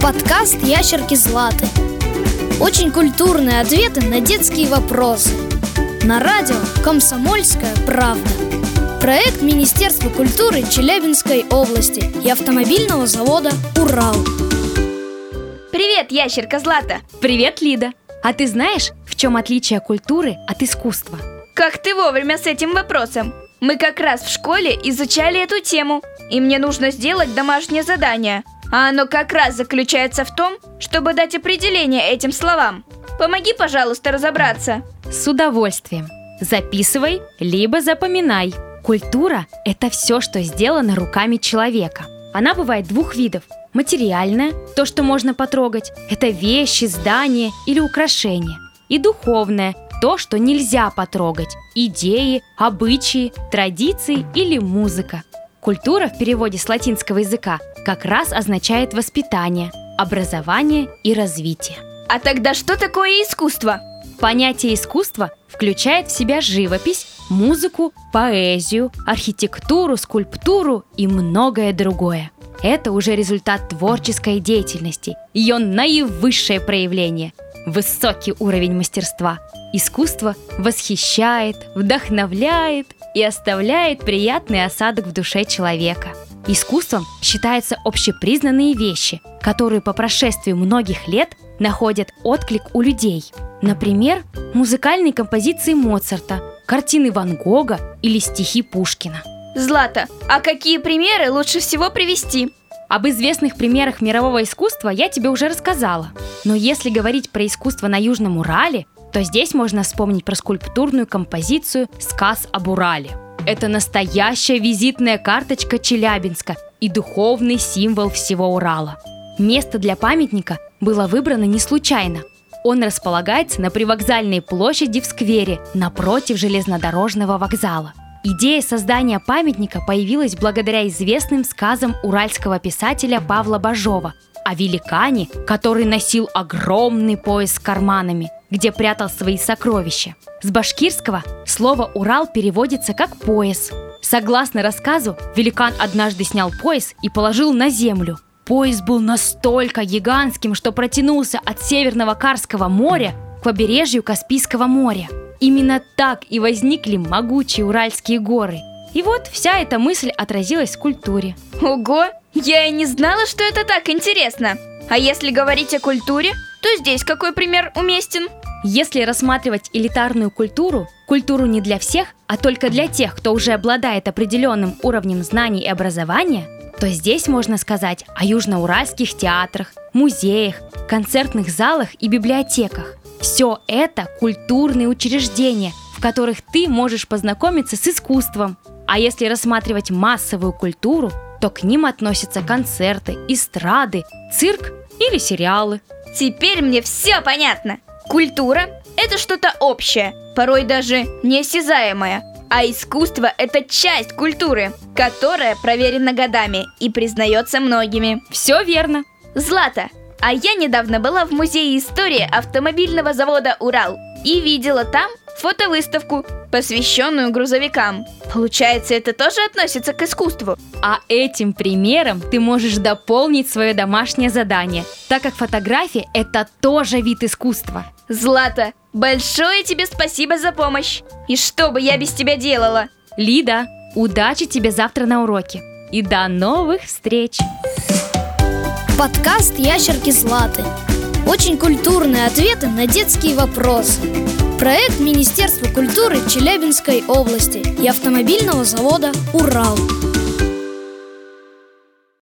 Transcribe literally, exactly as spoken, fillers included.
Подкаст «Ящерки Златы». Очень культурные ответы на детские вопросы. На радио «Комсомольская правда». Проект Министерства культуры Челябинской области и автомобильного завода «Урал». Привет, ящерка Злата! Привет, Лида! А ты знаешь, в чем отличие культуры от искусства? Как ты вовремя с этим вопросом? Мы как раз в школе изучали эту тему, и мне нужно сделать домашнее задание. А оно как раз заключается в том, чтобы дать определение этим словам. Помоги, пожалуйста, разобраться. С удовольствием. Записывай, либо запоминай. Культура – это все, что сделано руками человека. Она бывает двух видов. Материальная – то, что можно потрогать. Это вещи, здания или украшения. И духовная – то, что нельзя потрогать. Идеи, обычаи, традиции или музыка. Культура в переводе с латинского языка как раз означает воспитание, образование и развитие. А тогда что такое искусство? Понятие искусства включает в себя живопись, музыку, поэзию, архитектуру, скульптуру и многое другое. Это уже результат творческой деятельности, ее наивысшее проявление – высокий уровень мастерства. Искусство восхищает, вдохновляет и оставляет приятный осадок в душе человека. Искусством считаются общепризнанные вещи, которые по прошествии многих лет находят отклик у людей. Например, музыкальные композиции Моцарта, картины Ван Гога или стихи Пушкина. Злата, а какие примеры лучше всего привести? Об известных примерах мирового искусства я тебе уже рассказала. Но если говорить про искусство на Южном Урале, то здесь можно вспомнить про скульптурную композицию «Сказ об Урале». Это настоящая визитная карточка Челябинска и духовный символ всего Урала. Место для памятника было выбрано не случайно. Он располагается на привокзальной площади в сквере напротив железнодорожного вокзала. Идея создания памятника появилась благодаря известным сказам уральского писателя Павла Бажова о великане, который носил огромный пояс с карманами, где прятал свои сокровища. С башкирского слово «Урал» переводится как «пояс». Согласно рассказу, великан однажды снял пояс и положил на землю. Пояс был настолько гигантским, что протянулся от Северного Карского моря к побережью Каспийского моря. Именно так и возникли могучие Уральские горы. И вот вся эта мысль отразилась в скульптуре. Ого! Я и не знала, что это так интересно. А если говорить о культуре, то здесь какой пример уместен? Если рассматривать элитарную культуру, культуру не для всех, а только для тех, кто уже обладает определенным уровнем знаний и образования, то здесь можно сказать о южноуральских театрах, музеях, концертных залах и библиотеках. Все это культурные учреждения, в которых ты можешь познакомиться с искусством. А если рассматривать массовую культуру, то к ним относятся концерты, эстрады, цирк или сериалы. Теперь мне все понятно. Культура – это что-то общее, порой даже неосязаемое. А искусство – это часть культуры, которая проверена годами и признается многими. Все верно. Злата, а я недавно была в музее истории автомобильного завода «Урал» и видела там фотовыставку, посвященную грузовикам. Получается, это тоже относится к искусству? А этим примером ты можешь дополнить свое домашнее задание, так как фотография – это тоже вид искусства. Злата, большое тебе спасибо за помощь. И что бы я без тебя делала? Лида, удачи тебе завтра на уроке. И до новых встреч! Подкаст «Ящерки Златы». Очень культурные ответы на детские вопросы. Проект Министерства культуры Челябинской области и автомобильного завода «Урал».